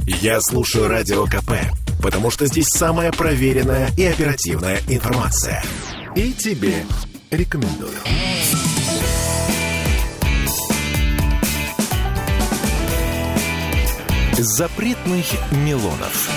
Я слушаю Радио КП, потому что здесь самая проверенная и оперативная информация. И тебе рекомендую. Запретных Милонов.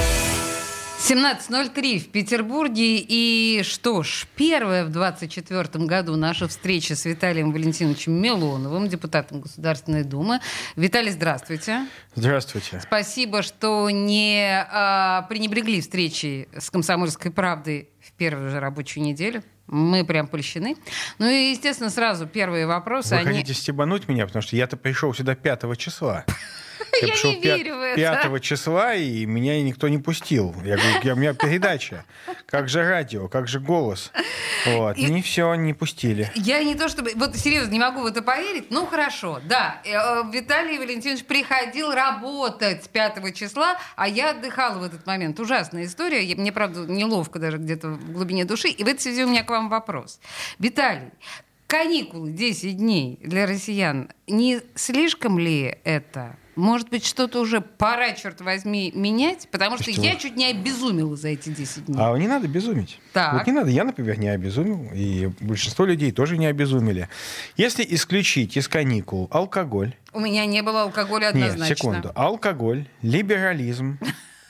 17:03 в Петербурге. И что ж, первая в 2024 году наша встреча с Виталием Валентиновичем Милоновым, депутатом Государственной Думы. Виталий, здравствуйте. Здравствуйте. Спасибо, что не пренебрегли встречей с «Комсомольской правдой» в первую же рабочую неделю. Мы прям польщены. Ну и, естественно, сразу первые вопросы. Вы хотите стебануть меня, потому что я-то пришел сюда 5 числа. Я не верю в это. 5 числа, и меня никто не пустил. Я говорю, у меня передача. Как же радио, как же голос. Вот. И все, не пустили. Я не то чтобы... Вот серьезно, не могу в это поверить. Ну, хорошо, да. Виталий Валентинович приходил работать 5 числа, а я отдыхала в этот момент. Ужасная история. Мне, правда, неловко даже где-то в глубине души. И в этой связи у меня к вам вопрос. Виталий, каникулы 10 дней для россиян, не слишком ли это? Может быть, что-то уже пора, черт возьми, менять? Потому что я чуть не обезумела за эти 10 дней. А не надо безумить. Так. Вот не надо. Я, например, не обезумел, и большинство людей тоже не обезумели. Если исключить из каникул алкоголь... У меня не было алкоголя однозначно. Нет, секунду. Алкоголь, либерализм,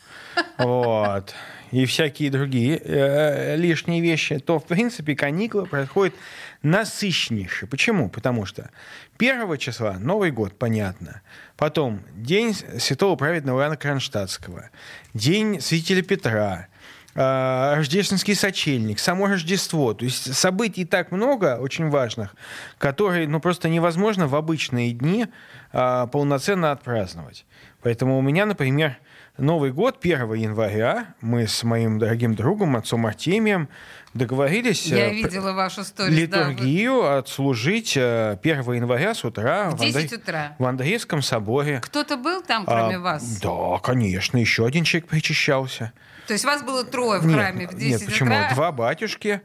вот, и всякие другие лишние вещи, то, в принципе, каникулы проходят насыщеннейше. Почему? Потому что 1 числа Новый год, понятно. Потом День Святого Праведного Иоанна Кронштадтского, День Святителя Петра, Рождественский сочельник, само Рождество. То есть событий так много, очень важных, которые просто невозможно в обычные дни полноценно отпраздновать. Поэтому у меня, например, Новый год 1 января мы с моим дорогим другом, отцом Артемием, договорились Я видела вашу сторис, литургию отслужить 1 января с утра в 10 утра в Андреевском соборе. Кто-то был там, кроме вас? Да, конечно. Еще один человек причащался. То есть вас было 3 в храме в 10 Нет, почему? утра? 2 батюшки,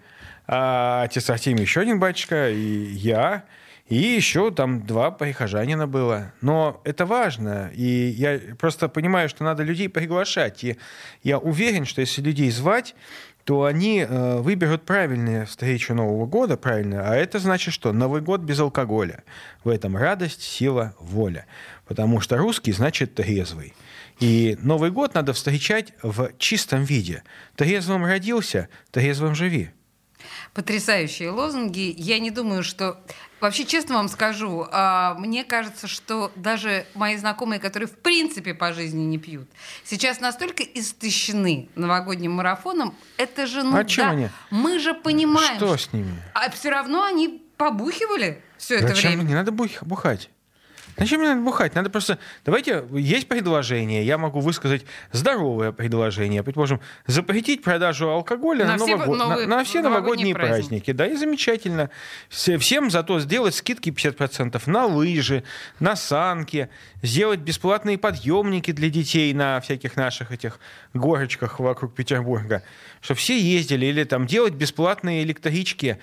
отец Артемий, еще один батюшка, и я. И еще там 2 прихожанина было. Но это важно. И я просто понимаю, что надо людей приглашать. И я уверен, что если людей звать, то они выберут правильную встречу Нового года, правильно. А это значит, что Новый год без алкоголя. В этом радость, сила, воля. Потому что русский значит трезвый. И Новый год надо встречать в чистом виде. Трезвым родился, трезвым живи. Потрясающие лозунги. Я не думаю, что... Вообще, честно вам скажу, мне кажется, что даже мои знакомые, которые в принципе по жизни не пьют, сейчас настолько истощены новогодним марафоном, это же... чем они? Мы же понимаем... Что с ними? А все равно они побухивали все это время. Зачем? Не надо бухать. Зачем мне надо бухать? Надо просто... Давайте, есть предложение, я могу высказать здоровое предложение. Предположим, запретить продажу алкоголя на все новогодние праздники. Да, и замечательно. Всем зато сделать скидки 50% на лыжи, на санки, сделать бесплатные подъемники для детей на всяких наших этих горочках вокруг Петербурга, чтобы все ездили, или там делать бесплатные электрички,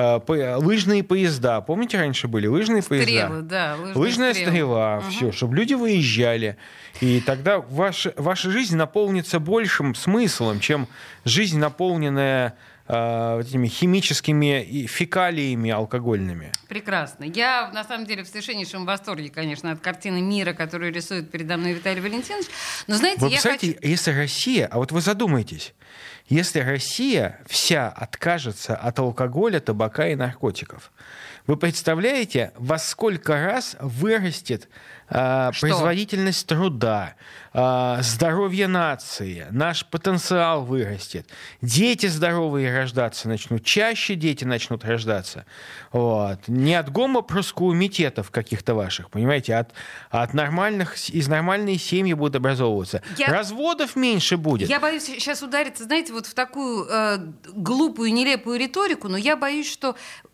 лыжные поезда. Помните, раньше были лыжные поезда? Да, лыжная стрела. Все, чтобы люди выезжали. И тогда ваша жизнь наполнится большим смыслом, чем жизнь, наполненная этими химическими фекалиями алкогольными. Прекрасно. Я, на самом деле, в совершеннейшем восторге, конечно, от картины мира, которую рисует передо мной Виталий Валентинович. Но, знаете, вы представляете, если Россия, а вот вы задумайтесь, если Россия вся откажется от алкоголя, табака и наркотиков, вы представляете, во сколько раз вырастет производительность труда, здоровье нации, наш потенциал вырастет, дети здоровые рождаться начнут, чаще дети начнут рождаться. Вот. Не от гомопроскуумитетов каких-то ваших, понимаете, от из нормальной семьи будут образовываться. Разводов меньше будет. Я боюсь сейчас удариться, знаете, вот в такую глупую, нелепую риторику, но я боюсь, что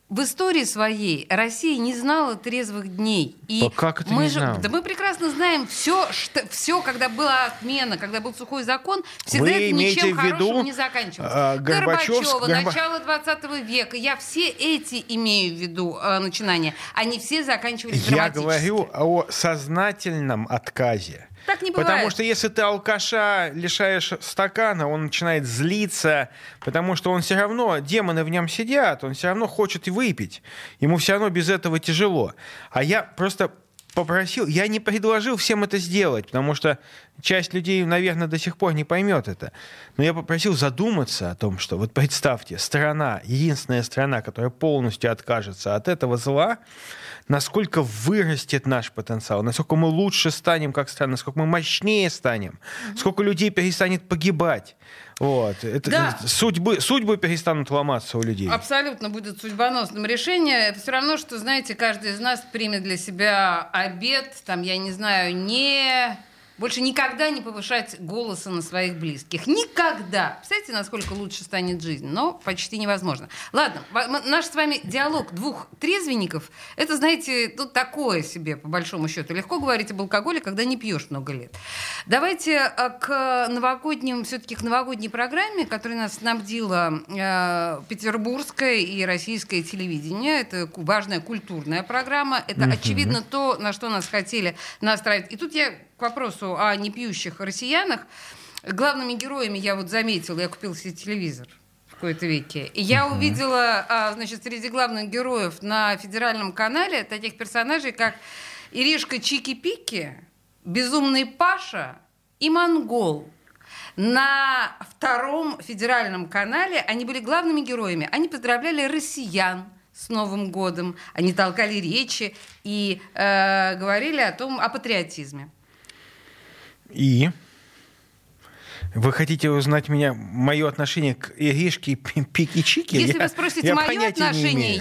в истории своей Россия не знала трезвых дней. И как это мы не же, знала? да мы прекрасно знаем все, когда была отмена, когда был сухой закон, всегда Вы это имеете ничем в виду, хорошим не заканчивалось. Горбачёв, начало 20 века. Я все эти имею в виду начинания. Они все заканчивались драматически. Я говорю о сознательном отказе. Так не бывает. Потому что если ты алкаша лишаешь стакана, он начинает злиться, потому что он все равно, демоны в нем сидят, он все равно хочет и выпить. Ему все равно без этого тяжело. А я просто попросил, я не предложил всем это сделать, потому что часть людей, наверное, до сих пор не поймет это. Но я попросил задуматься о том, что вот представьте, страна, единственная страна, которая полностью откажется от этого зла, насколько вырастет наш потенциал, насколько мы лучше станем как страна, насколько мы мощнее станем, сколько людей перестанет погибать. Вот. Да. Судьбы перестанут ломаться у людей. Абсолютно будет судьбоносным решением. Это все равно, что, знаете, каждый из нас примет для себя обет, там, я не знаю, больше никогда не повышать голоса на своих близких. Никогда. Представляете, насколько лучше станет жизнь? Но почти невозможно. Ладно, наш с вами диалог двух трезвенников, это, знаете, тут такое себе, по большому счету. Легко говорить об алкоголе, когда не пьешь много лет. Давайте к все-таки к новогодней программе, которая нас снабдила петербургское и российское телевидение. Это важная культурная программа. Это, очевидно, то, на что нас хотели настраивать. И тут я к вопросу о непьющих россиянах. Главными героями я вот заметила, я купила себе телевизор в какой-то веке, и я увидела, значит, среди главных героев на федеральном канале таких персонажей, как Иришка Чики-Пики, Безумный Паша и Монгол. На втором федеральном канале они были главными героями. Они поздравляли россиян с Новым годом, они толкали речи и говорили о патриотизме. И вы хотите узнать мое отношение к Иришке Пики-Чики? Если вы спросите мое отношение,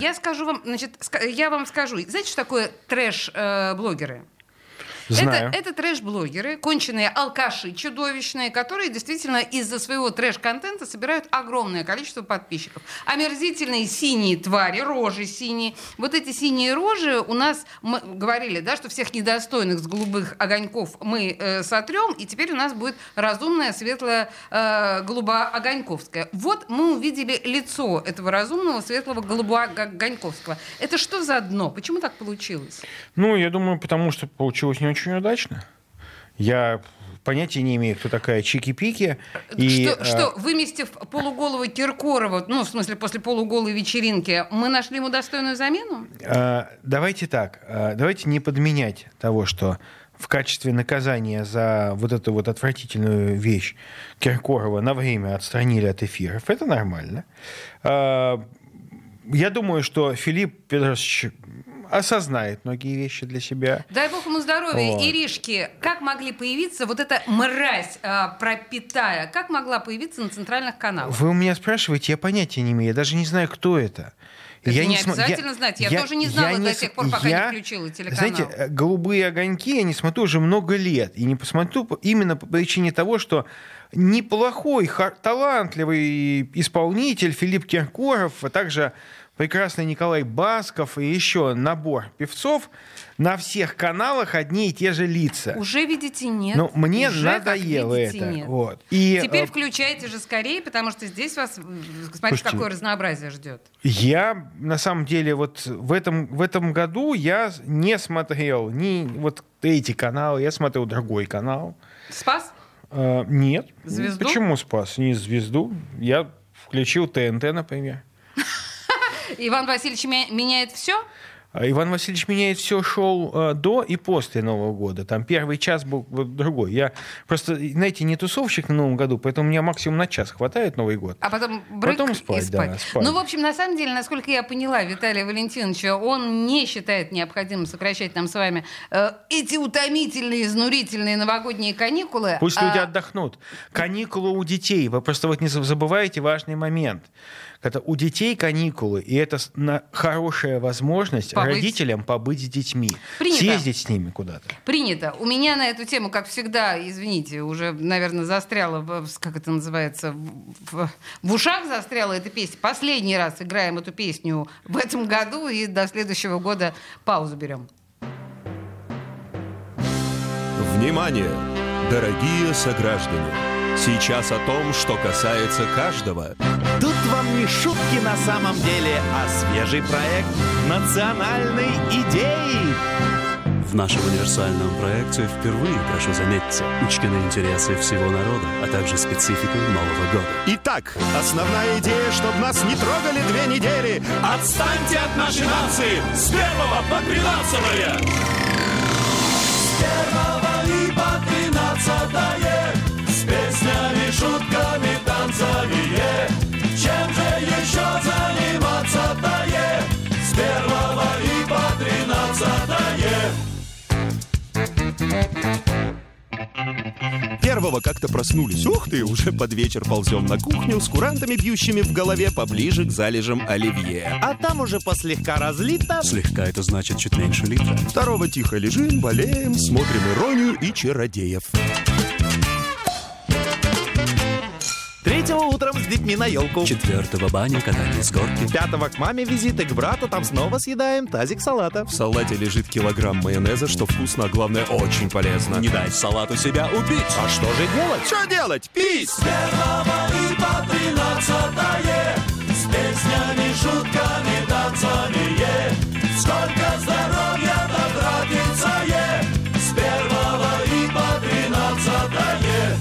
я вам скажу. Знаете, что такое трэш-блогеры? Знаю. Это трэш-блогеры, конченые алкаши чудовищные, которые действительно из-за своего трэш-контента собирают огромное количество подписчиков. Омерзительные синие твари, рожи синие. Вот эти синие рожи у нас, мы говорили, да, что всех недостойных с голубых огоньков мы сотрем, и теперь у нас будет разумное, светлое, голубо-огоньковское. Вот мы увидели лицо этого разумного, светлого, голубо-огоньковского. Это что за дно? Почему так получилось? Я думаю, потому что получилось не очень удачно. Я понятия не имею, кто такая Чики-Пики. Что, выместив полуголого Киркорова, в смысле, после полуголой вечеринки, мы нашли ему достойную замену? Давайте так. Давайте не подменять того, что в качестве наказания за вот эту вот отвратительную вещь Киркорова на время отстранили от эфиров. Это нормально. Я думаю, что Филипп Петрович осознает многие вещи для себя. Дай бог ему здоровья. Вот. Иришки, как могли появиться вот эта мразь пропитая, как могла появиться на центральных каналах? Вы у меня спрашиваете, я понятия не имею, я даже не знаю, кто это. Это не обязательно знать. Я тоже не знала до тех пор, пока не включила телеканал. Знаете, «Голубые огоньки» я не смотрю уже много лет. И не посмотрю именно по причине того, что неплохой, талантливый исполнитель Филипп Киркоров, а также прекрасный Николай Басков и еще набор певцов, на всех каналах одни и те же лица. Уже, видите, нет. Но мне уже, надоело видите, это. Нет. Вот. Теперь включайте же скорее, потому что здесь вас, смотрите, Слушайте, какое разнообразие ждет. Я, на самом деле, вот в этом году я не смотрел ни вот эти каналы, я смотрел другой канал. «Спас»? Нет. «Звезду»? Почему «Спас»? Не «Звезду». Я включил ТНТ, например. Иван Васильевич меняет все? Иван Васильевич меняет все, шел до и после Нового года. Там первый час был другой. Я просто, знаете, не тусовщик на Новом году, поэтому у меня максимум на час хватает Новый год. А потом брык потом и спать. Да, спать. В общем, на самом деле, насколько я поняла Виталия Валентиновича, он не считает необходимым сокращать нам с вами эти утомительные, изнурительные новогодние каникулы. Пусть люди отдохнут. Каникулы у детей. Вы просто вот не забываете важный момент. Когда у детей каникулы, и это хорошая возможность родителям побыть с детьми. Принято. Съездить с ними куда-то. Принято. У меня на эту тему, как всегда, извините, уже, наверное, застряла, как это называется, в ушах застряла эта песня. Последний раз играем эту песню в этом году, и до следующего года паузу берем. Внимание, дорогие сограждане! Сейчас о том, что касается каждого. Тут вам не шутки на самом деле, а свежий проект национальной идеи. В нашем универсальном проекте впервые, прошу заметить, учтены интересы всего народа, а также специфику Нового года. Итак, основная идея, чтобы нас не трогали 2 недели. Отстаньте от нашей нации с 1 по 13. С 1 и по 13 с песнями, шутками, танцами. Чем же еще заниматься-то? С 1 и по 13. Первого как-то проснулись. Ух ты, уже под вечер ползем на кухню с курантами, бьющими в голове поближе к залежам оливье. А там уже послегка разлито. Слегка это значит чуть меньше литра. 2 тихо лежим, болеем, смотрим «Иронию» и «Чародеев». 3 утром с детьми на елку. 4 баня, катание с горки. 5 к маме визит и к брату, там снова съедаем тазик салата. В салате лежит килограмм майонеза, что вкусно, а главное, очень полезно. Не дай салату себя убить. А что же делать? Что делать? Пить! С 1 и по 13 с песнями, шутками, танцами. Сколько здоровья тратится, с 1 и по 13.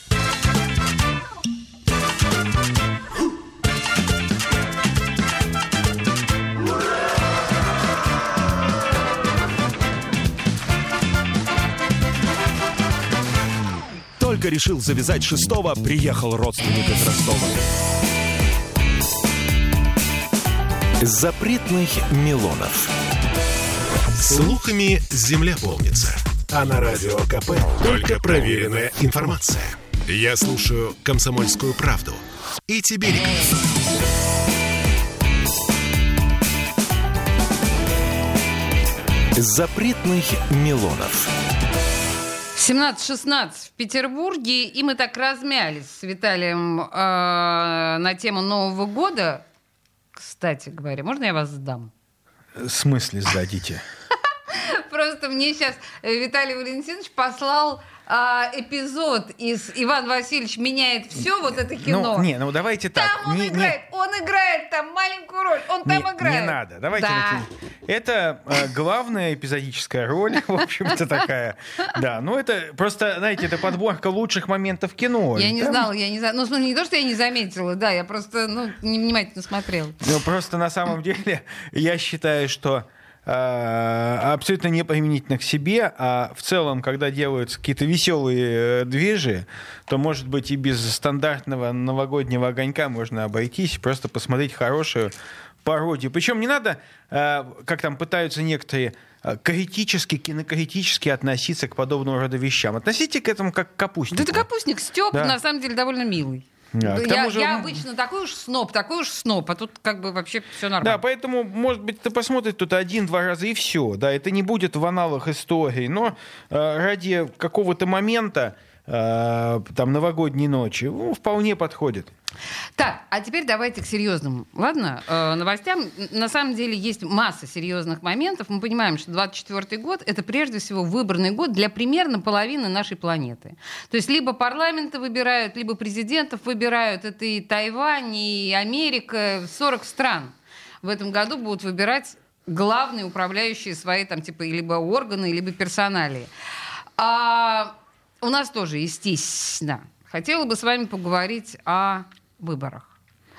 Только решил завязать 6-го, приехал родственник из Ростова. Запретных Милонов. Слухами земля полнится. А на Радио КП только проверенная информация. Я слушаю «Комсомольскую правду». И тебе рекомендую. Запретных Милонов. 17:16 в Петербурге, и мы так размялись с Виталием на тему Нового года. Кстати говоря, можно я вас сдам? В смысле сдадите? Просто мне сейчас Виталий Валентинович послал эпизод из «Иван Васильевич меняет все», вот это кино. Ну давайте так. Там он играет там маленькую роль, он там играет. Не надо, давайте. Да. Это главная эпизодическая роль, в общем-то, такая. Да, ну это просто, знаете, это подборка лучших моментов кино. Я не знала. Ну, не то, что я не заметила, да, я просто, невнимательно смотрела. Ну, просто на самом деле я считаю, что абсолютно не применительно к себе, а в целом, когда делаются какие-то веселые движи, то, может быть, и без стандартного новогоднего огонька можно обойтись, просто посмотреть хорошую пародию. Причем не надо, как там пытаются некоторые, кинокритически относиться к подобного рода вещам. Относитесь к этому как к капустнику. Да это капустник. Стёп, да. На самом деле, довольно милый. Да, я обычно такой уж сноб, а тут как бы вообще все нормально. Да, поэтому, может быть, ты посмотришь тут 1-2 раза и все. Да, это не будет в аналах истории, но ради какого-то момента, там, новогодней ночи, вполне подходит. Так, а теперь давайте к серьезным, ладно, новостям. На самом деле есть масса серьезных моментов. Мы понимаем, что 2024 год — это прежде всего выборный год для примерно половины нашей планеты. То есть либо парламенты выбирают, либо президентов выбирают. Это и Тайвань, и Америка, 40 стран в этом году будут выбирать главные управляющие свои там типа либо органы, либо персоналии. А у нас тоже, естественно, хотела бы с вами поговорить о выборах.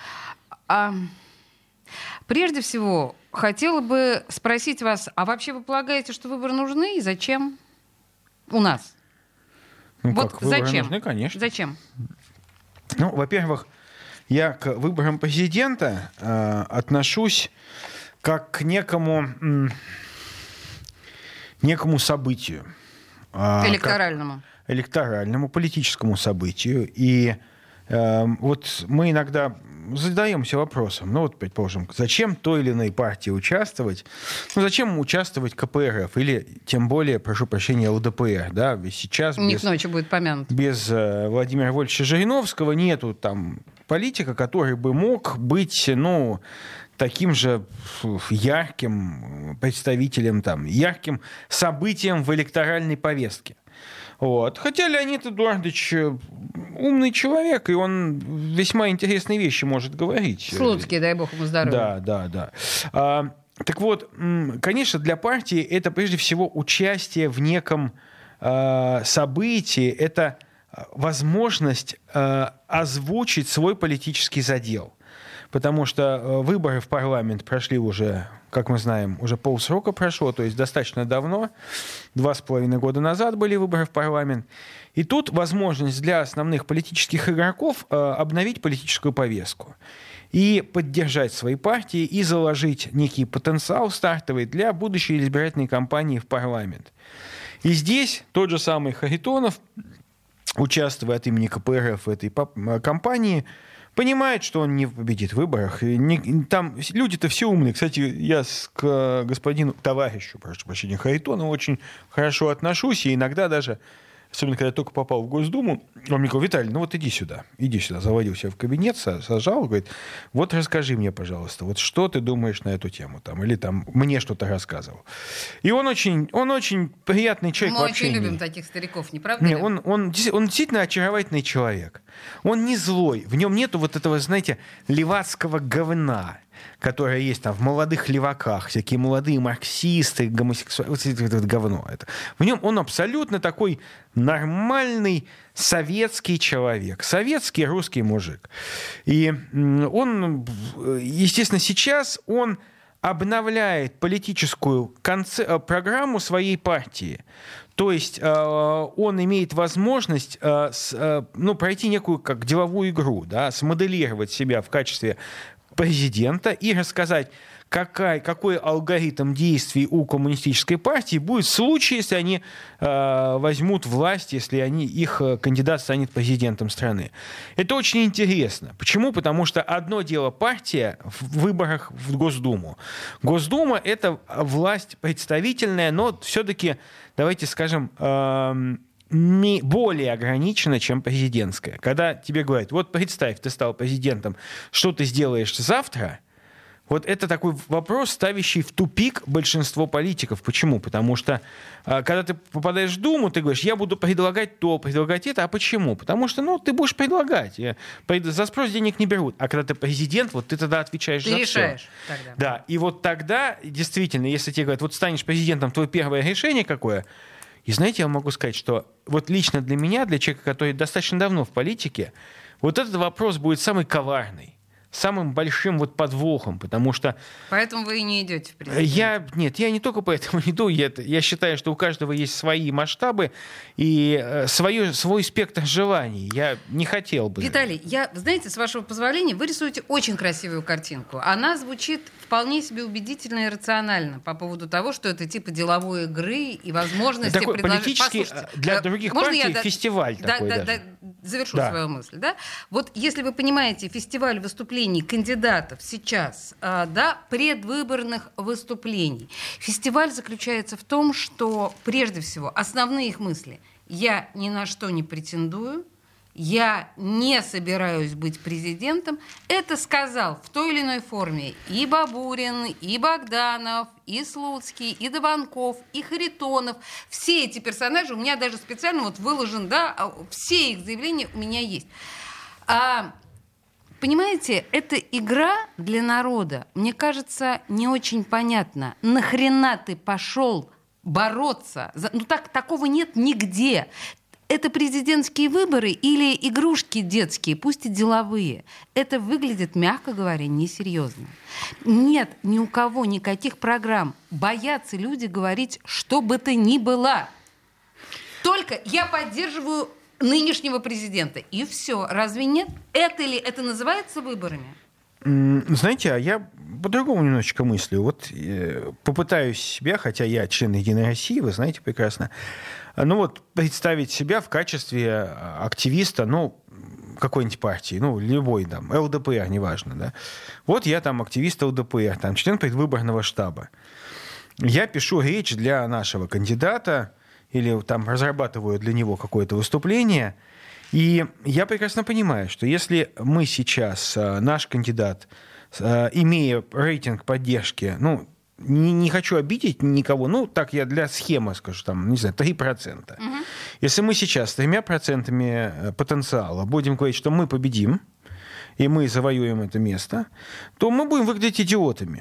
Прежде всего, хотела бы спросить вас, а вообще вы полагаете, что выборы нужны и зачем у нас? Ну, вот как, выборы зачем? нужны, конечно. Зачем? Ну, во-первых, я к выборам президента отношусь как к некому событию. Электоральному. Электоральному, политическому событию. И Вот мы иногда задаемся вопросом, ну вот, предположим, зачем той или иной партии участвовать, ну зачем участвовать КПРФ или тем более, прошу прощения, ЛДПР, да, ведь сейчас Не к ночи будет помянут. без Владимира Вольфовича Жириновского нету там политика, который бы мог быть, ну, таким же ярким представителем, там, ярким событием в электоральной повестке. Вот. Хотя Леонид Эдуардович умный человек, и он весьма интересные вещи может говорить. Слуцкий, дай бог ему здоровья. Да. Так вот, конечно, для партии это прежде всего участие в неком событии, это возможность озвучить свой политический задел. Потому что выборы в парламент прошли уже, как мы знаем, уже полсрока прошло, то есть достаточно давно, 2,5 года назад были выборы в парламент. И тут возможность для основных политических игроков обновить политическую повестку и поддержать свои партии, и заложить некий потенциал стартовый для будущей избирательной кампании в парламент. И здесь тот же самый Харитонов, участвуя от имени КПРФ в этой кампании, понимает, что он не победит в выборах. Там люди-то все умные. Кстати, я к господину, товарищу, прошу прощения, Харитонову очень хорошо отношусь. И иногда даже, особенно когда я только попал в Госдуму, он мне говорит: Виталий, ну вот иди сюда. Заводил себя в кабинет, сажал, говорит: вот расскажи мне, пожалуйста, вот что ты думаешь на эту тему? Там, или там мне что-то рассказывал. И он очень приятный человек. Мы в общении. очень любим таких стариков, не правда Не, ли? он действительно очаровательный человек. Он не злой. В нем нету вот этого, знаете, левацкого говна, которое есть там в молодых леваках, всякие молодые марксисты, гомосексуалы, вот это говно. В нем он абсолютно такой нормальный советский человек, советский русский мужик. И он, естественно, сейчас он обновляет политическую программу своей партии. То есть он имеет возможность пройти некую как деловую игру, да, смоделировать себя в качестве президента и рассказать, какой алгоритм действий у коммунистической партии будет в случае, если они возьмут власть, если их кандидат станет президентом страны. Это очень интересно. Почему? Потому что одно дело партия в выборах в Госдуму. Госдума — это власть представительная, но все-таки, давайте скажем, более ограничена, чем президентская. Когда тебе говорят: вот представь, ты стал президентом, что ты сделаешь завтра? Вот это такой вопрос, ставящий в тупик большинство политиков. Почему? Потому что, когда ты попадаешь в Думу, ты говоришь: я буду предлагать то, предлагать это. А почему? Потому что, ты будешь предлагать. За спрос денег не берут. А когда ты президент, вот ты тогда отвечаешь за все. Ты решаешь тогда. Да, и вот тогда, действительно, если тебе говорят: вот станешь президентом, твое первое решение какое? И знаете, я могу сказать, что вот лично для меня, для человека, который достаточно давно в политике, вот этот вопрос будет самый коварный, самым большим вот подвохом, потому что... Поэтому вы и не идете в президент. Я не только поэтому иду. Я считаю, что у каждого есть свои масштабы и свой спектр желаний. Я не хотел бы... Виталий, знаете, с вашего позволения, вы рисуете очень красивую картинку. Она звучит вполне себе убедительно и рационально по поводу того, что это типа деловой игры и возможности такой предложить... политический, для других партий фестиваль такой даже. Завершу свою мысль. Да? Вот если вы понимаете, фестиваль выступлений кандидатов сейчас, предвыборных выступлений, фестиваль заключается в том, что, прежде всего, основные их мысли: я ни на что не претендую, я не собираюсь быть президентом. Это сказал в той или иной форме и Бабурин, и Богданов, и Слуцкий, и Дованков, и Харитонов. Все эти персонажи у меня даже специально выложен, все их заявления у меня есть. Понимаете, эта игра для народа, мне кажется, не очень понятна. Нахрена ты пошел бороться? Такого нет нигде. Это президентские выборы или игрушки детские, пусть и деловые. Это выглядит, мягко говоря, несерьезно. Нет ни у кого никаких программ. Боятся люди говорить, что бы то ни было. Только я поддерживаю нынешнего президента. И все. Разве нет? Это называется выборами? Знаете, я по-другому немножечко мыслю. Вот попытаюсь себя, хотя я член «Единой России», вы знаете прекрасно, представить себя в качестве активиста, какой-нибудь партии, ну, любой там, ЛДПР, неважно, да. Вот я там активист ЛДПР, там, член предвыборного штаба. Я пишу речь для нашего кандидата или там разрабатываю для него какое-то выступление, и я прекрасно понимаю, что если мы сейчас, наш кандидат, имея рейтинг поддержки, ну, не хочу обидеть никого, ну, так я для схемы скажу, там, не знаю, 3%. Угу. Если мы сейчас с 3% потенциала будем говорить, что мы победим, и мы завоюем это место, то мы будем выглядеть идиотами.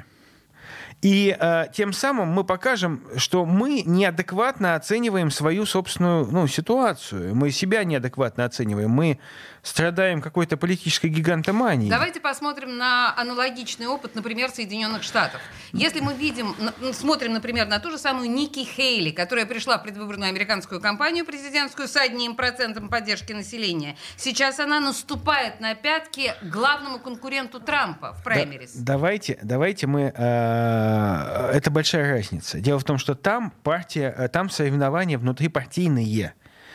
И тем самым мы покажем, что мы неадекватно оцениваем свою собственную ситуацию. Мы себя неадекватно оцениваем. Мы страдаем какой-то политической гигантоманией. Давайте посмотрим на аналогичный опыт, например, Соединенных Штатов. Если мы смотрим, например, на ту же самую Ники Хейли, которая пришла в предвыборную американскую кампанию президентскую с 1% поддержки населения. Сейчас она наступает на пятки главному конкуренту Трампа в праймерис. Давайте мы... Это большая разница. Дело в том, что там соревнования внутрипартийные.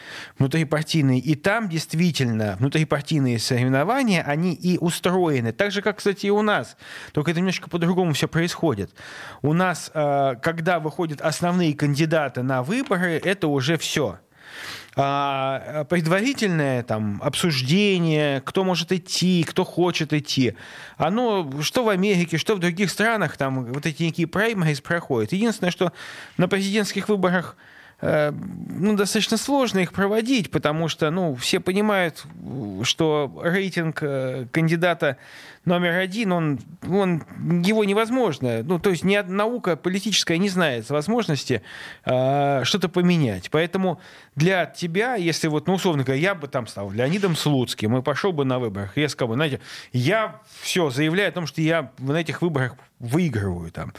И там действительно внутрипартийные соревнования, они и устроены. Так же, как, кстати, и у нас. Только это немножко по-другому все происходит. У нас, когда выходят основные кандидаты на выборы, это уже все. А предварительное там обсуждение, кто может идти, кто хочет идти, оно что в Америке, что в других странах, там вот эти некие праймерис проходят. Единственное, что на президентских выборах достаточно сложно их проводить, потому что все понимают, что рейтинг кандидата номер один, его невозможно. То есть наука политическая не знает возможности что-то поменять. Поэтому для тебя, если условно говоря, я бы там стал Леонидом Слуцким и пошел бы на выборах, я сказал бы, знаете, я все заявляю о том, что я на этих выборах выигрываю там.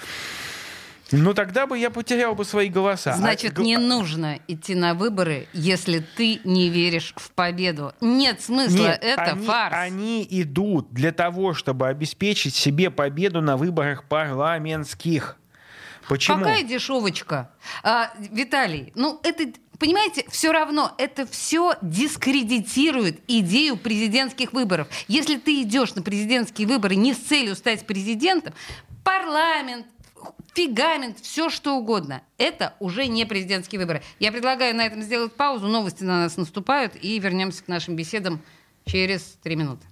Тогда бы я потерял бы свои голоса. Значит, не нужно идти на выборы, если ты не веришь в победу. Нет смысла, это фарс. Они идут для того, чтобы обеспечить себе победу на выборах парламентских. Почему? Какая дешевочка? Виталий, это... Понимаете, все равно это все дискредитирует идею президентских выборов. Если ты идешь на президентские выборы не с целью стать президентом, парламент, фигамент, все что угодно. Это уже не президентские выборы. Я предлагаю на этом сделать паузу. Новости на нас наступают. И вернемся к нашим беседам через 3 минуты.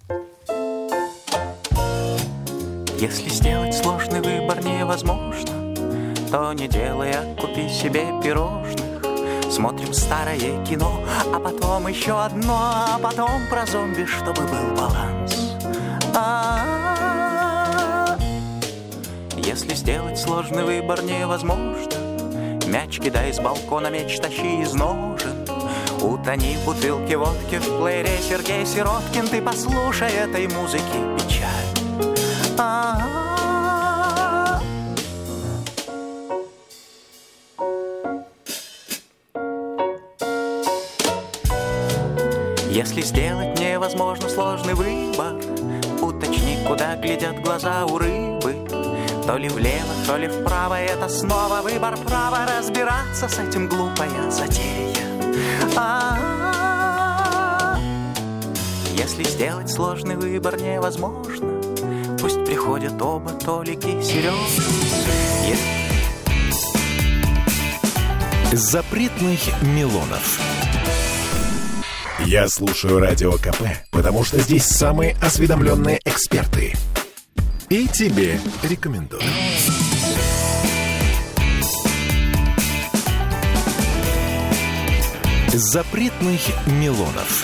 Если сделать сложный выбор невозможно, то не делай, а купи себе пирожных. Смотрим старое кино, а потом еще одно, а потом про зомби, чтобы был баланс. Если сделать сложный выбор невозможно, мяч кидай с балкона, меч тащи из ножен. Утони в бутылке водки в плеере Сергей Сироткин. Ты послушай этой музыки печаль. Если сделать невозможно сложный выбор, уточни, куда глядят глаза у рыбы. То ли влево, то ли вправо, это снова выбор права. Разбираться с этим глупая затея. Если сделать сложный выбор невозможно, пусть приходят оба Толики Серёжи. Запретных Милонов. Я слушаю Радио КП, потому что здесь самые осведомленные эксперты. И тебе рекомендую. Запретных Милонов.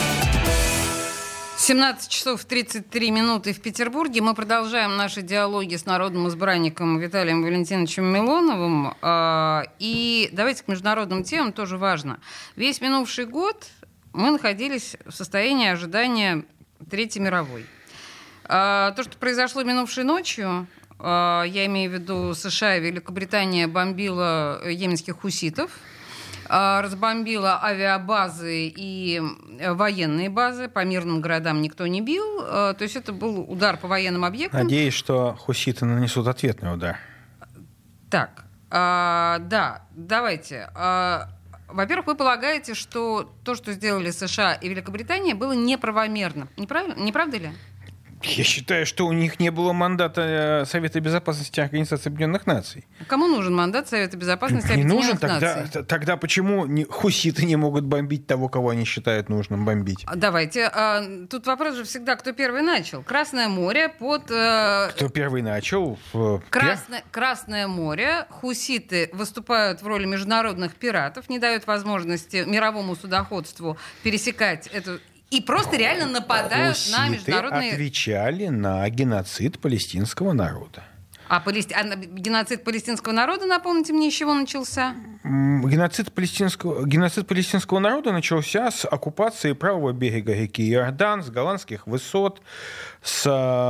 17 часов 33 минуты в Петербурге. Мы продолжаем наши диалоги с народным избранником Виталием Валентиновичем Милоновым. И давайте к международным темам, тоже важно. Весь минувший год мы находились в состоянии ожидания Третьей мировой. То, что произошло минувшей ночью, я имею в виду США и Великобритания, бомбила йеменских хуситов, разбомбила авиабазы и военные базы, по мирным городам никто не бил. То есть это был удар по военным объектам. Надеюсь, что хуситы нанесут ответный удар. Так, да, давайте. Во-первых, вы полагаете, что то, что сделали США и Великобритания, было неправомерно. Не правда ли? Я считаю, что у них не было мандата Совета Безопасности Организации Объединенных Наций. Кому нужен мандат Совета Безопасности Не Объединенных нужен, Наций? тогда почему хуситы не могут бомбить того, кого они считают нужным бомбить? Давайте. Тут вопрос же всегда, кто первый начал. Красное море под... Кто первый начал? Красное море. Хуситы выступают в роли международных пиратов, не дают возможности мировому судоходству пересекать эту... И просто реально нападают на международные... Отвечали на геноцид палестинского народа. А геноцид палестинского народа, напомните мне, с чего начался? Геноцид палестинского народа начался с оккупации правого берега реки Иордан, с голландских высот, с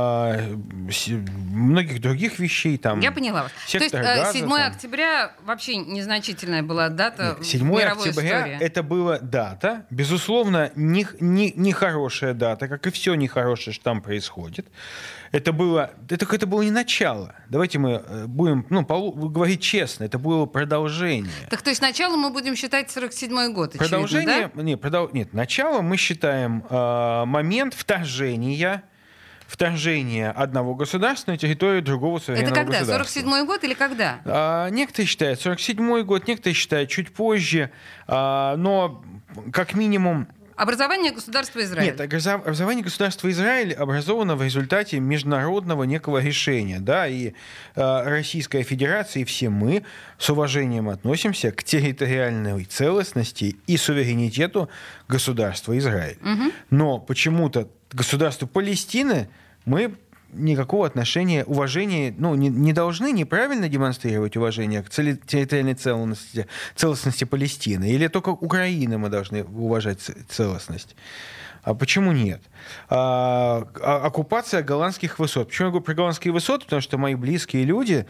многих других вещей. Там, я поняла вас. То есть Газа, 7 октября вообще незначительная была дата в 7 мировой октября истории. Это была дата, безусловно, нехорошая дата, как и все нехорошее, что там происходит. Это было не начало. Давайте мы будем говорить честно. Это было продолжение. Так, то есть начало мы будем считать 47-й год, очевидно, продолжение, да? Нет, начало мы считаем момент вторжения одного государства на территорию другого суверенного государства. Это когда? 47-й год или когда? Некоторые считают 47-й год, некоторые считают чуть позже, но как минимум... Образование государства Израиль. Нет, образование государства Израиль образовано в результате международного некого решения. Да, и Российская Федерация, и все мы с уважением относимся к территориальной целостности и суверенитету государства Израиль. Угу. Но почему-то к государству Палестины мы никакого отношения, уважения, не должны неправильно демонстрировать уважение к территориальной целостности Палестины. Или только Украины мы должны уважать целостность? А почему нет? Оккупация голландских высот. Почему я говорю про голландские высоты? Потому что мои близкие люди,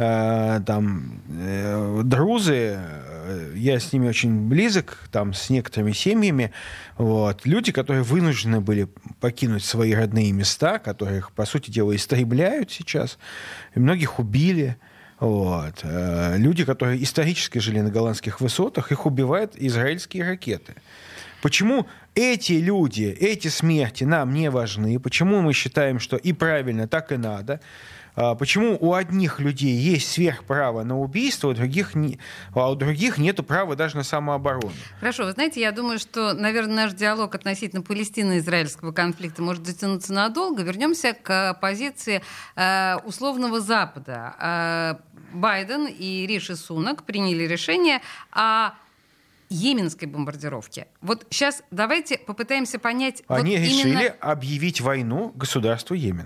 друзы, я с ними очень близок, с некоторыми семьями, люди, которые вынуждены были покинуть свои родные места, которых, по сути дела, истребляют сейчас, и многих убили. Люди, которые исторически жили на голландских высотах, их убивают израильские ракеты. Почему эти люди, эти смерти нам не важны? Почему мы считаем, что и правильно, так и надо? Почему у одних людей есть сверхправо на убийство, а у других нет права даже на самооборону? Хорошо, вы знаете, я думаю, что, наверное, наш диалог относительно Палестино-израильского конфликта может затянуться надолго. Вернемся к позиции условного Запада. Байден и Риши Сунак приняли решение о йеменской бомбардировке. Вот сейчас давайте попытаемся понять... Они решили объявить войну государству Йемен.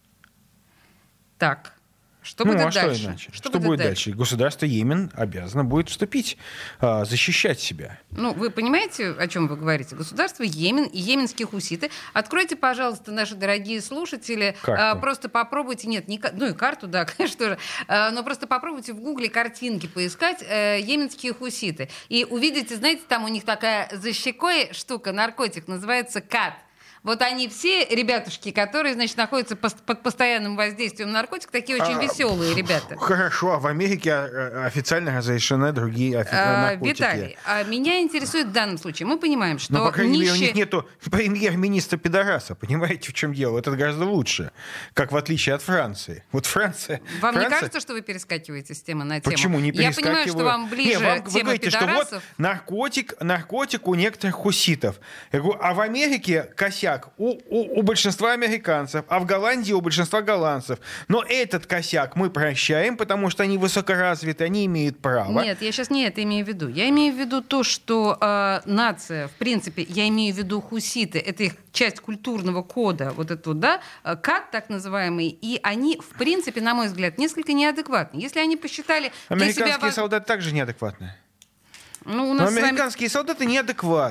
Так, что будет дальше? Что иначе? Что будет дальше? Государство Йемен обязано будет вступить, защищать себя. Вы понимаете, о чем вы говорите? Государство Йемен и йеменские хуситы. Откройте, пожалуйста, наши дорогие слушатели. Просто попробуйте... и карту, да, конечно же. Но просто попробуйте в Гугле картинки поискать йеменские хуситы. И увидите, знаете, там у них такая за щекой штука, наркотик, называется кат. Вот они все ребятушки, которые, находятся под постоянным воздействием наркотиков, такие очень веселые ребята. Хорошо, а в Америке официально разрешены другие наркотики. Виталий, меня интересует в данном случае. Мы понимаем, что по крайней мере, у них нету премьер-министра пидораса. Понимаете, в чем дело? Это гораздо лучше. Как в отличие от Франции. Франция... Вам не кажется, что вы перескакиваете с темы на тему? Почему не перескакиваю? Я понимаю, что вам ближе тема пидорасов. Что наркотик у некоторых хуситов. Я говорю, а в Америке косяк у большинства американцев, а в Голландии у большинства голландцев. Но этот косяк мы прощаем, потому что они высокоразвиты, они имеют право. Нет, я сейчас не это имею в виду. Я имею в виду то, что нация, в принципе, я имею в виду хуситы, это их часть культурного кода, кат так называемый, и они, в принципе, на мой взгляд, несколько неадекватны. Если они посчитали... Американские солдаты также неадекватны. У нас американские солдаты неадекватны. В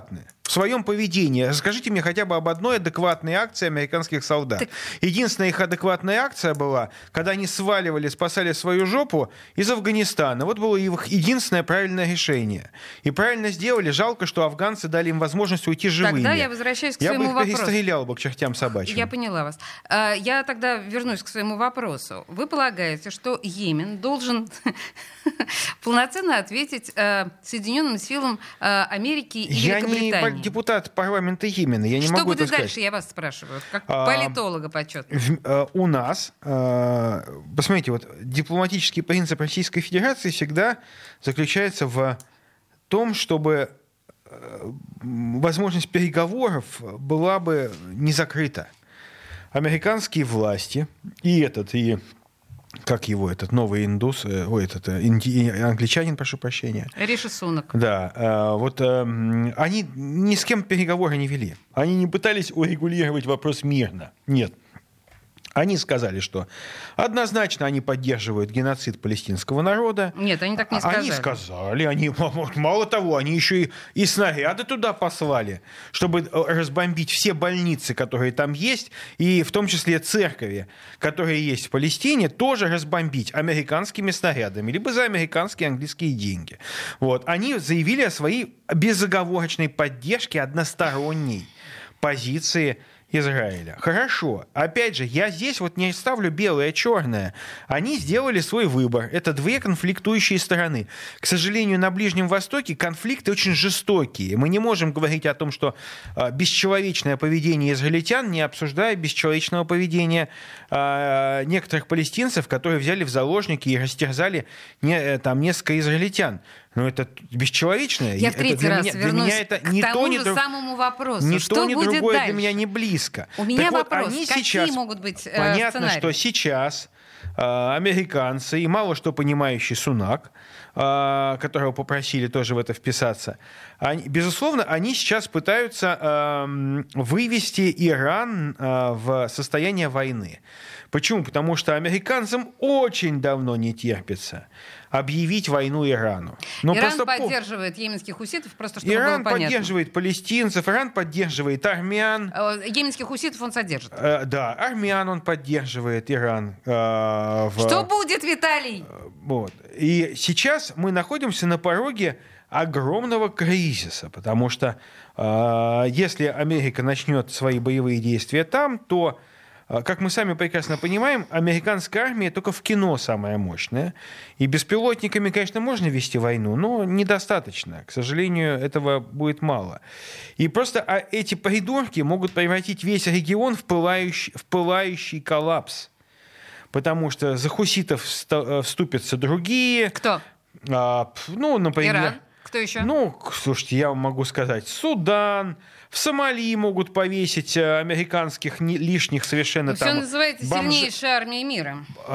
в своем поведении. Расскажите мне хотя бы об одной адекватной акции американских солдат. Единственная их адекватная акция была, когда они спасали свою жопу из Афганистана. Вот было их единственное правильное решение. И правильно сделали. Жалко, что афганцы дали им возможность уйти живыми. Тогда я возвращаюсь к своему вопросу. Я бы их перестрелял бы к чертям собачьим. Я поняла вас. Я тогда вернусь к своему вопросу. Вы полагаете, что Йемен должен полноценно ответить Соединенным силам Америки и Великобритании? Я не депутат парламента Йемена, я не что могу это сказать. Что будет дальше, я вас спрашиваю, как политолога почетного. У нас, посмотрите, вот дипломатический принцип Российской Федерации всегда заключается в том, чтобы возможность переговоров была бы не закрыта. Американские власти как его, этот новый индус, англичанин, прошу прощения. Риши Сунак. Да, они ни с кем переговоры не вели. Они не пытались урегулировать вопрос мирно. Нет. Они сказали, что однозначно они поддерживают геноцид палестинского народа. Нет, они так не сказали. Они сказали, мало того, они еще и снаряды туда послали, чтобы разбомбить все больницы, которые там есть, и в том числе церкви, которые есть в Палестине, тоже разбомбить американскими снарядами, либо за американские и английские деньги. Вот. Они заявили о своей безоговорочной поддержке односторонней позиции Израиля. Хорошо. Опять же, я здесь не ставлю белое-черное. Они сделали свой выбор. Это две конфликтующие стороны. К сожалению, на Ближнем Востоке конфликты очень жестокие. Мы не можем говорить о том, что бесчеловечное поведение израильтян, не обсуждая бесчеловечного поведения некоторых палестинцев, которые взяли в заложники и растерзали несколько израильтян. Но это бесчеловечное. Я в третий раз вернусь к тому же самому вопросу. Что ни будет другое дальше? для меня не близко. У меня вопрос. Какие могут быть понятно, сценарии? что сейчас американцы и мало что понимающий Сунак, которого попросили тоже в это вписаться, безусловно, они сейчас пытаются вывести Иран в состояние войны. Почему? Потому что американцам очень давно не терпится объявить войну Ирану. Иран поддерживает йеменских хуситов, просто чтобы Иран было понятно. поддерживает палестинцев, Иран поддерживает армян. Йеменских хуситов он содержит. Да, армян он поддерживает, Иран. Что будет, Виталий? Вот. И сейчас мы находимся на пороге огромного кризиса, потому что если Америка начнет свои боевые действия там, то, как мы сами прекрасно понимаем, американская армия только в кино самая мощная. И беспилотниками, конечно, можно вести войну, но недостаточно. К сожалению, этого будет мало. И просто эти придурки могут превратить весь регион в пылающий коллапс. Потому что за хуситов вступятся другие. Кто? Например... Иран. Кто еще? Слушайте, я вам могу сказать, Судан, в Сомали могут повесить американских лишних совершенно Все называется сильнейшей армией мира.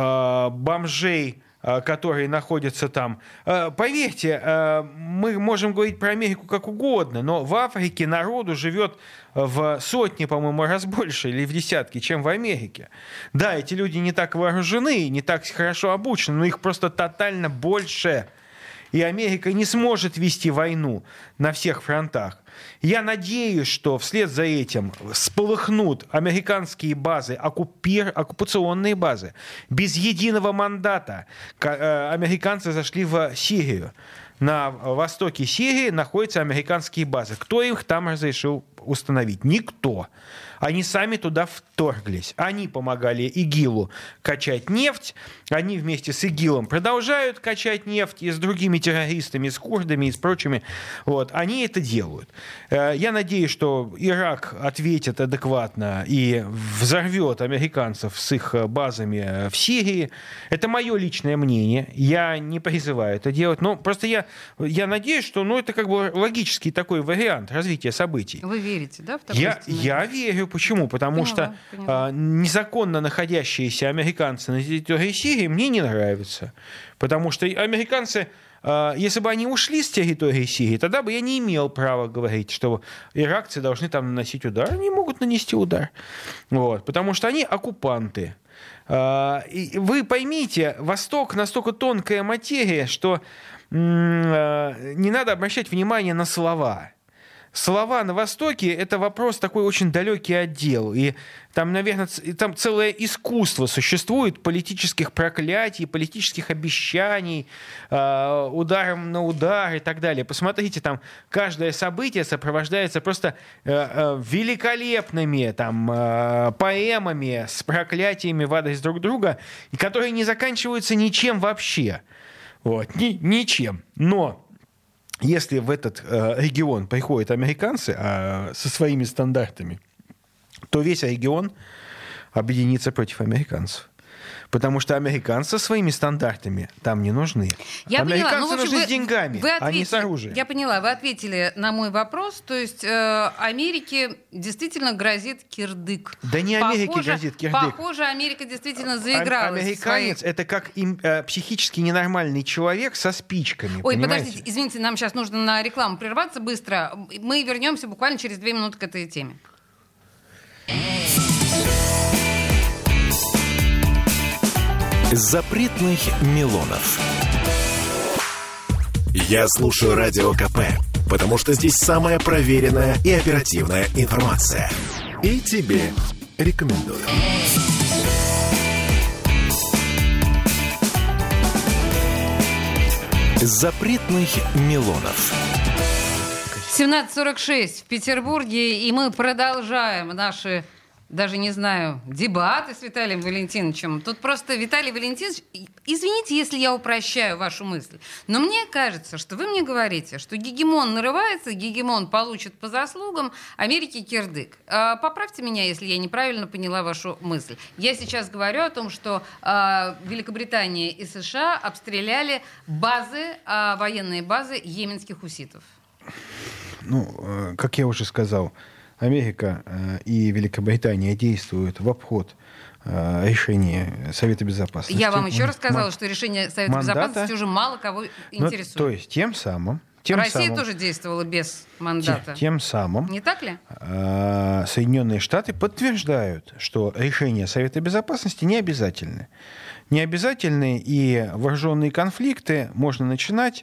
Бомжей, которые находятся там. Поверьте, мы можем говорить про Америку как угодно, но в Африке народу живет в сотни, по-моему, раз больше или в десятки, чем в Америке. Да, эти люди не так вооружены, не так хорошо обучены, но их просто тотально больше. И Америка не сможет вести войну на всех фронтах. Я надеюсь, что вслед за этим сполыхнут американские базы, оккупационные базы. Без единого мандата американцы зашли в Сирию. На востоке Сирии находятся американские базы. Кто их там разрешил установить? Никто. Они сами туда вторглись. Они помогали ИГИЛу качать нефть. Они вместе с ИГИЛом продолжают качать нефть и с другими террористами, с курдами и с прочими. Вот. Они это делают. Я надеюсь, что Ирак ответит адекватно и взорвет американцев с их базами в Сирии. Это мое личное мнение. Я не призываю это делать. Но просто я надеюсь, что это как бы логический такой вариант развития событий. Вы верите, да, в такой сценарий? Я верю. Почему? Потому что незаконно находящиеся американцы на территории Сирии мне не нравятся. Потому что американцы, если бы они ушли с территории Сирии, тогда бы я не имел права говорить, что иракцы должны там наносить удар. Они могут нанести удар. Вот. Потому что они оккупанты. И вы поймите, Восток настолько тонкая материя, что не надо обращать внимание на слова. слова на Востоке — это вопрос такой очень далекий от дел. И там, наверное, там целое искусство существует политических проклятий, политических обещаний, ударом на удар и так далее. Посмотрите, там каждое событие сопровождается просто великолепными там, поэмами с проклятиями в адрес друг друга, и которые не заканчиваются ничем вообще. Вот, ничем. Но если в этот регион приходят американцы со своими стандартами, то весь регион объединится против американцев. Потому что американцы со своими стандартами там не нужны. Американцы нужны с деньгами, а не с оружием. Я поняла, вы ответили на мой вопрос. То есть Америке действительно грозит кирдык. Да не Америке грозит кирдык. Похоже, Америка действительно заигралась. Американец — это как психически ненормальный человек со спичками. Ой, понимаете? подождите, извините, нам сейчас нужно на рекламу прерваться быстро. Мы вернемся буквально через 2 минуты к этой теме. Запретных Милонов. Я слушаю Радио КП, потому что здесь самая проверенная и оперативная информация. И тебе рекомендую. Запретных Милонов. 17:46 в Петербурге, и мы продолжаем наши, даже не знаю, дебаты с Виталием Валентиновичем. Тут просто Виталий Валентинович, извините, если я упрощаю вашу мысль, но мне кажется, что вы мне говорите, что гегемон нарывается, гегемон получит по заслугам, Америке кирдык. Поправьте меня, если я неправильно поняла вашу мысль. Я сейчас говорю о том, что Великобритания и США обстреляли базы, военные базы йеменских хуситов. Ну, как я уже сказал, Америка и Великобритания действуют в обход решения Совета Безопасности. Я вам еще раз сказала, что решение Совета Безопасности уже мало кого интересует. То есть тем самым... Россия тоже действовала без мандата. Тем самым... Не так ли? Соединенные Штаты подтверждают, что решения Совета Безопасности не обязательны. Не обязательны, и вооруженные конфликты можно начинать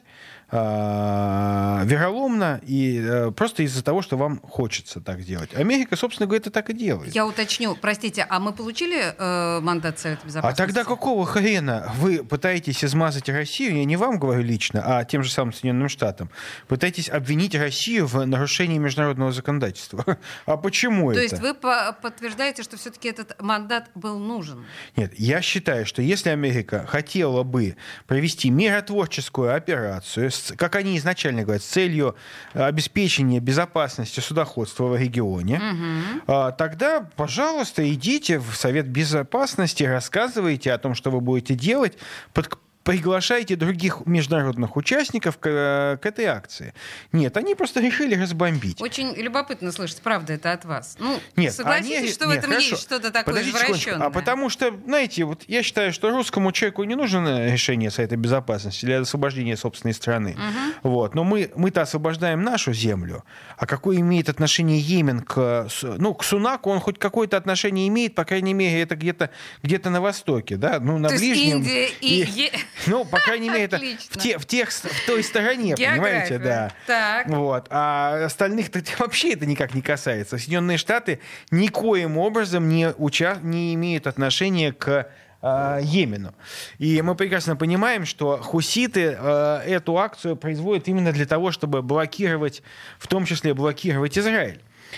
вероломно и просто из-за того, что вам хочется так сделать. Америка, собственно говоря, это так и делает. Я уточню, простите, а мы получили мандат Совета Безопасности? А тогда какого хрена вы пытаетесь измазать Россию, я не вам говорю лично, а тем же самым Соединенным Штатам, пытаетесь обвинить Россию в нарушении международного законодательства? А почему это? То есть вы подтверждаете, что все-таки этот мандат был нужен? Нет, я считаю, что если Америка хотела бы провести миротворческую операцию, как они изначально говорят, с целью обеспечения безопасности судоходства в регионе, тогда, пожалуйста, идите в Совет Безопасности, рассказывайте о том, что вы будете делать, приглашайте других международных участников к этой акции. Нет, они просто решили разбомбить. Очень любопытно слышать, правда это от вас. Ну, нет, согласитесь, что в этом есть что-то такое извращенное. А потому что, знаете, вот я считаю, что русскому человеку не нужно решение Совета Безопасности для освобождения собственной страны. Вот. Но мы-то освобождаем нашу землю. А какое имеет отношение Йемен к Сунаку? Он хоть какое-то отношение имеет, по крайней мере, это где-то на востоке, да? Ну, на то ближнем. Есть Индия и... Ну, по крайней мере, это в той стороне, понимаете, да. Так. Вот. А остальных-то вообще это никак не касается. Соединенные Штаты никоим образом не имеют отношения к Йемену. И мы прекрасно понимаем, что хуситы эту акцию производят именно для того, чтобы блокировать, в том числе блокировать Израиль.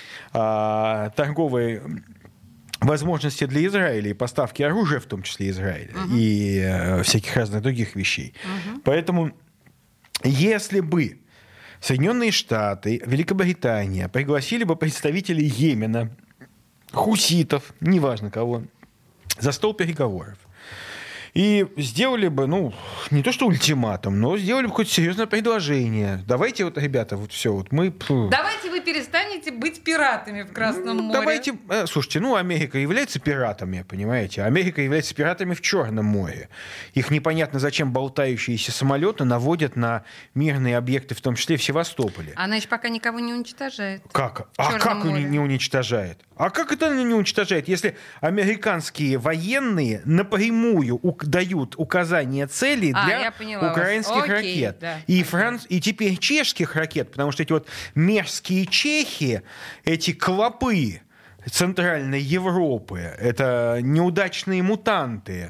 Торговые возможности для Израиля и поставки оружия, в том числе Израиля, и всяких разных других вещей. Поэтому, если бы Соединенные Штаты, Великобритания пригласили бы представителей Йемена, хуситов, неважно кого, за стол переговоров, и сделали бы, не то что ультиматум, но сделали бы какое-то серьезное предложение. Давайте вот, ребята, вот все, вот мы... Давайте вы перестанете быть пиратами в Красном море. Давайте, слушайте, Америка является пиратами, понимаете? Америка является пиратами в Черном море. Их непонятно зачем болтающиеся самолеты наводят на мирные объекты, в том числе в Севастополе. Она еще пока никого не уничтожает. Как? А как не уничтожает? А как это не уничтожает, если американские военные напрямую дают указания целей для украинских ракет. Да. И теперь чешских ракет, потому что эти вот мерзкие чехи, эти клопы Центральной Европы, это неудачные мутанты,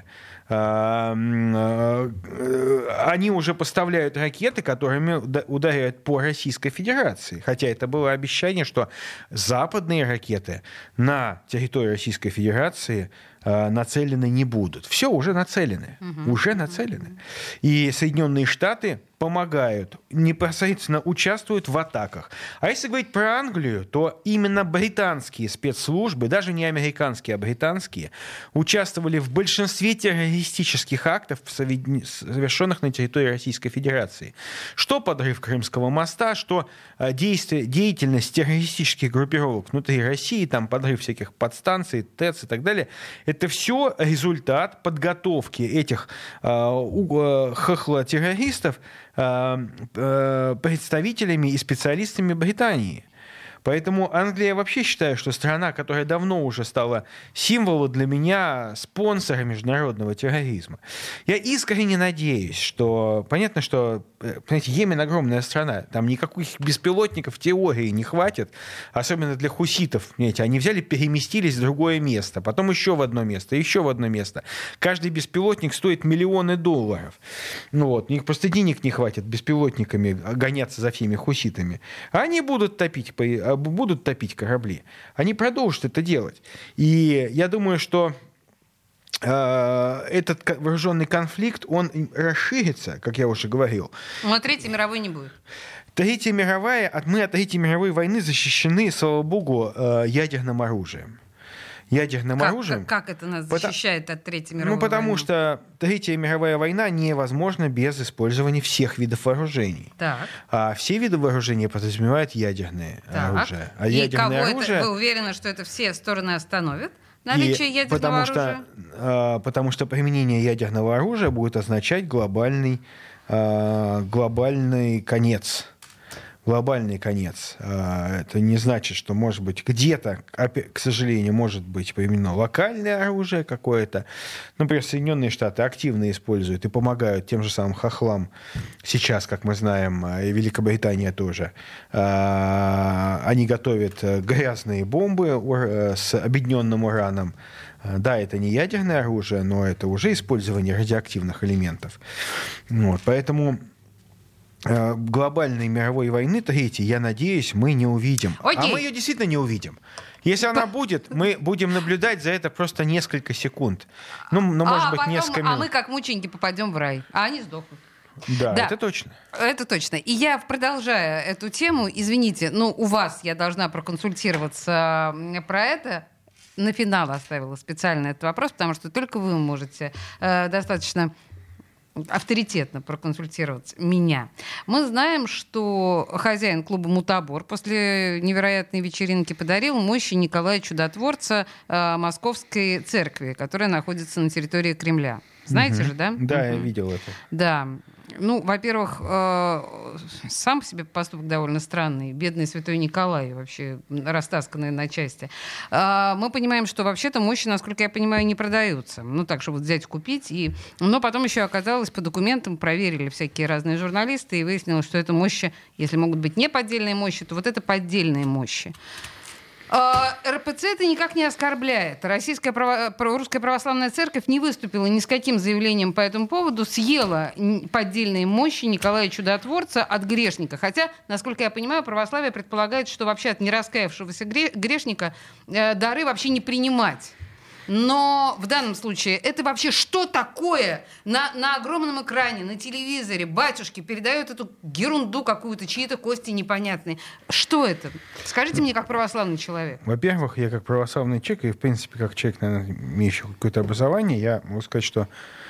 они уже поставляют ракеты, которыми ударяют по Российской Федерации. Хотя это было обещание, что западные ракеты на территории Российской Федерации нацелены не будут. Все, уже нацелены. Уже нацелены. И Соединенные Штаты помогают, непосредственно участвуют в атаках. А если говорить про Англию, то именно британские спецслужбы, даже не американские, а британские, участвовали в большинстве террористических актов, совершенных на территории Российской Федерации. Что подрыв Крымского моста, что деятельность террористических группировок внутри России, там подрыв всяких подстанций, ТЭЦ и так далее, это все результат подготовки этих хохлотеррористов представителями и специалистами Британии. Поэтому Англия вообще считаю, что страна, которая давно уже стала символом для меня спонсора международного терроризма. Я искренне надеюсь, что... Понятно, что, понимаете, Йемен огромная страна, там никаких беспилотников в теории не хватит, особенно для хуситов. Понимаете, они взяли, переместились в другое место, потом еще в одно место, еще в одно место. Каждый беспилотник стоит миллионы долларов. Ну вот, у них просто денег не хватит беспилотниками гоняться за всеми хуситами. А они будут топить корабли. Они продолжат это делать. И я думаю, что этот вооруженный конфликт, он расширится, как я уже говорил. Но Третьей мировой не будет. Третья мировая, мы от Третьей мировой войны защищены, слава богу, ядерным оружием. Оружием. Как это нас защищает от Третьей мировой войны? Потому что Третья мировая война невозможна без использования всех видов вооружений. Так. А все виды вооружения подразумевают ядерное оружие. А ядерное оружие... Вы уверены, что это все стороны остановят? Наличие ядерного оружия? Потому что применение ядерного оружия будет означать глобальный конец. Глобальный конец. Это не значит, что, может быть, где-то, к сожалению, может быть применено локальное оружие какое-то. Например, Соединенные Штаты активно используют и помогают тем же самым хохлам сейчас, как мы знаем, и Великобритания тоже. Они готовят грязные бомбы с объединенным ураном. Да, это не ядерное оружие, но это уже использование радиоактивных элементов. Вот, поэтому... глобальной мировой войны третьей, я надеюсь, мы не увидим. Окей. А мы ее действительно не увидим. Если она будет, мы будем наблюдать за это просто несколько секунд. Может быть, несколько минут. А мы, как мученики, попадем в рай. А они сдохнут. Да, это точно. Это точно. И я, продолжая эту тему, извините, у вас я должна проконсультироваться про это. На финал оставила специально этот вопрос, потому что только вы можете достаточно... авторитетно проконсультировать меня. Мы знаем, что хозяин клуба «Мутабор» после невероятной вечеринки подарил мощи Николая Чудотворца Московской церкви, которая находится на территории Кремля. Знаете же, да? Да, я видел это. Да. Во-первых, сам по себе поступок довольно странный. Бедный святой Николай, вообще растасканный на части. Мы понимаем, что вообще-то мощи, насколько я понимаю, не продаются. Так, чтобы взять, купить. Но потом еще оказалось, по документам проверили всякие разные журналисты, и выяснилось, что это мощи, если могут быть не поддельные мощи, то вот это поддельные мощи. РПЦ это никак не оскорбляет. Русская православная церковь не выступила ни с каким заявлением по этому поводу, съела поддельные мощи Николая Чудотворца от грешника. Хотя, насколько я понимаю, православие предполагает, что вообще от нераскаявшегося грешника дары вообще не принимать. Но в данном случае это вообще что такое? На огромном экране, на телевизоре батюшки передают эту ерунду какую-то, чьи-то кости непонятные. Что это? Скажите мне, как православный человек. Во-первых, я как православный человек, и в принципе как человек, наверное, имеющий какое-то образование, я могу сказать, что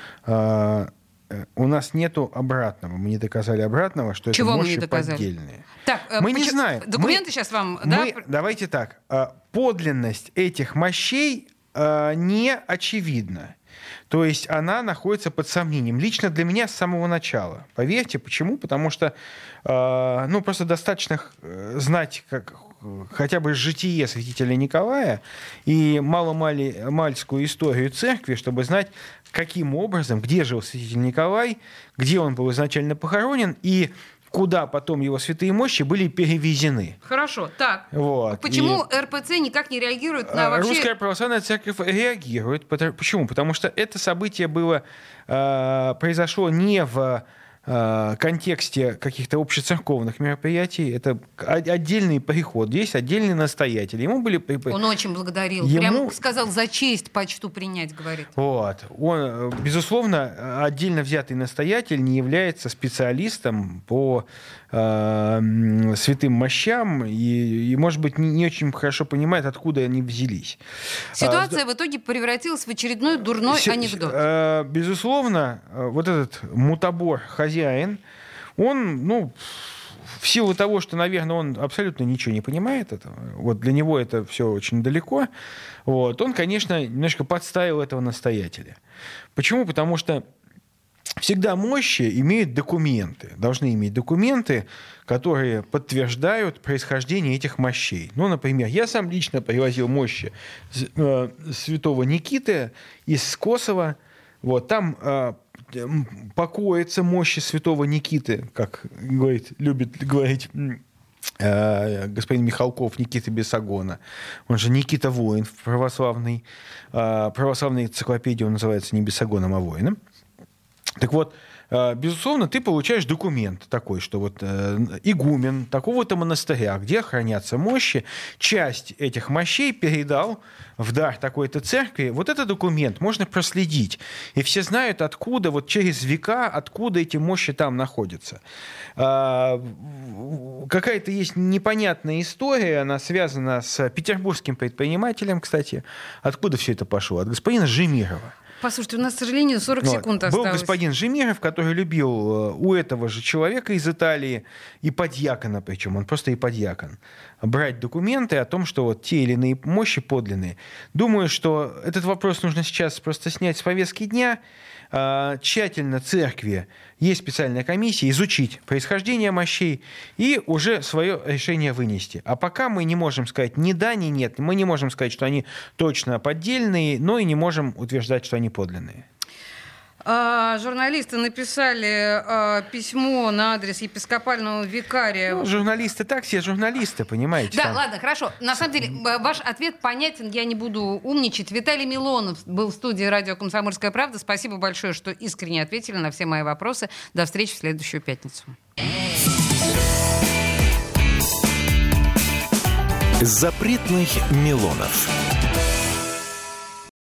у нас нету обратного. Мы не доказали обратного, что чего это мощи поддельные. Так, мы не знаем. Документы сейчас вам... Давайте так. Подлинность этих мощей не очевидна. То есть она находится под сомнением. Лично для меня с самого начала. Поверьте, почему? Потому что просто достаточно знать, как хотя бы житие святителя Николая и маломальскую историю церкви, чтобы знать, каким образом, где жил святитель Николай, где он был изначально похоронен и куда потом его святые мощи были перевезены. Хорошо, так. Вот. Почему РПЦ никак не реагирует на вообще... Русская православная церковь реагирует. Почему? Потому что это событие произошло не в контексте каких-то общецерковных мероприятий. Это отдельный приход. Есть отдельный настоятель. Ему были... Он очень благодарил. Прям сказал, за честь почту принять, говорит. Вот. Он, безусловно, отдельно взятый настоятель не является специалистом по святым мощам и, может быть, не очень хорошо понимает, откуда они взялись. Ситуация в итоге превратилась в очередной дурной анекдот. Безусловно, вот этот мутабор хозяин, он, в силу того, что, наверное, он абсолютно ничего не понимает, вот для него это все очень далеко, вот, он, конечно, немножко подставил этого настоятеля. Почему? Потому что всегда мощи имеют документы, должны иметь документы, которые подтверждают происхождение этих мощей. Например, я сам лично привозил мощи святого Никиты из Косово. Вот, там покоятся мощи святого Никиты, как любит говорить господин Михалков, Никита Бесогона. Он же Никита Воин в православной энциклопедии, он называется не Бесогоном, а Воином. Так вот, безусловно, ты получаешь документ такой, что вот игумен такого-то монастыря, где хранятся мощи, часть этих мощей передал в дар такой-то церкви. Вот этот документ можно проследить. И все знают, откуда, вот через века, откуда эти мощи там находятся. Какая-то есть непонятная история, она связана с петербургским предпринимателем, кстати. Откуда все это пошло? От господина Жемирова. Послушайте, у нас, к сожалению, 40 секунд осталось. Был господин Жемиров, который любил у этого же человека из Италии, и подьякона, причем он просто и подьякон, брать документы о том, что вот те или иные мощи подлинные. Думаю, что этот вопрос нужно сейчас просто снять с повестки дня, тщательно церкви, есть специальная комиссия, изучить происхождение мощей и уже свое решение вынести. А пока мы не можем сказать ни да, ни нет. Мы не можем сказать, что они точно поддельные, но и не можем утверждать, что они подлинные. Журналисты написали письмо на адрес епископального викария. Журналисты так, все журналисты, понимаете. Да, там. Ладно, хорошо. На самом деле, ваш ответ понятен, я не буду умничать. Виталий Милонов был в студии радио «Комсомольская правда». Спасибо большое, что искренне ответили на все мои вопросы. До встречи в следующую пятницу. Запретных Милонов.